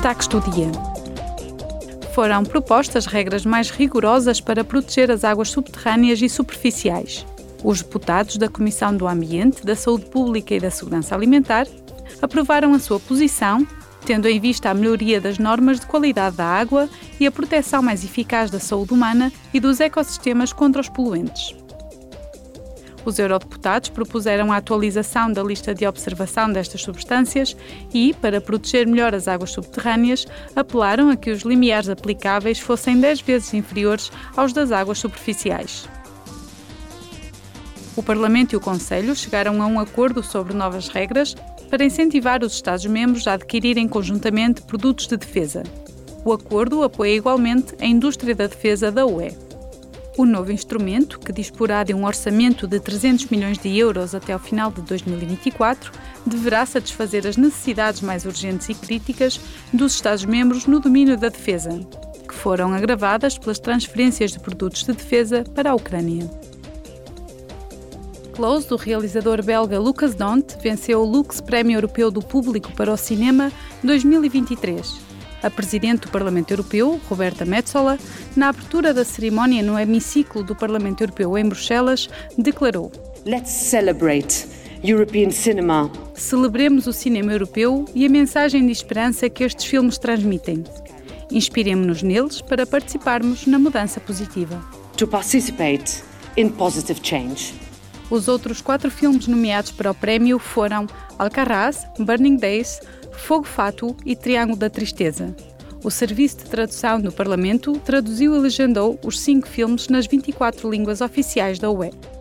destaques do dia. Foram propostas regras mais rigorosas para proteger as águas subterrâneas e superficiais. Os deputados da Comissão do Ambiente, da Saúde Pública e da Segurança Alimentar aprovaram a sua posição, tendo em vista a melhoria das normas de qualidade da água e a proteção mais eficaz da saúde humana e dos ecossistemas contra os poluentes. Os eurodeputados propuseram a atualização da lista de observação destas substâncias e, para proteger melhor as águas subterrâneas, apelaram a que os limiares aplicáveis fossem 10 vezes inferiores aos das águas superficiais. O Parlamento e o Conselho chegaram a um acordo sobre novas regras para incentivar os Estados-membros a adquirirem conjuntamente produtos de defesa. O acordo apoia igualmente a indústria da defesa da UE. O novo instrumento, que disporá de um orçamento de 300 milhões de euros até ao final de 2024, deverá satisfazer as necessidades mais urgentes e críticas dos Estados-membros no domínio da defesa, que foram agravadas pelas transferências de produtos de defesa para a Ucrânia. Close, do realizador belga Lucas Dont, venceu o Lux Prémio Europeu do Público para o Cinema 2023. A Presidente do Parlamento Europeu, Roberta Metsola, na abertura da cerimónia no hemiciclo do Parlamento Europeu em Bruxelas, declarou: Let's celebrate European cinema. Celebremos o cinema europeu e a mensagem de esperança que estes filmes transmitem. Inspiremo-nos neles para participarmos na mudança positiva. To participate in positive change. Os outros 4 filmes nomeados para o prémio foram Alcarrás, Burning Days, Fogo Fátuo e Triângulo da Tristeza. O Serviço de Tradução do Parlamento traduziu e legendou os 5 filmes nas 24 línguas oficiais da UE.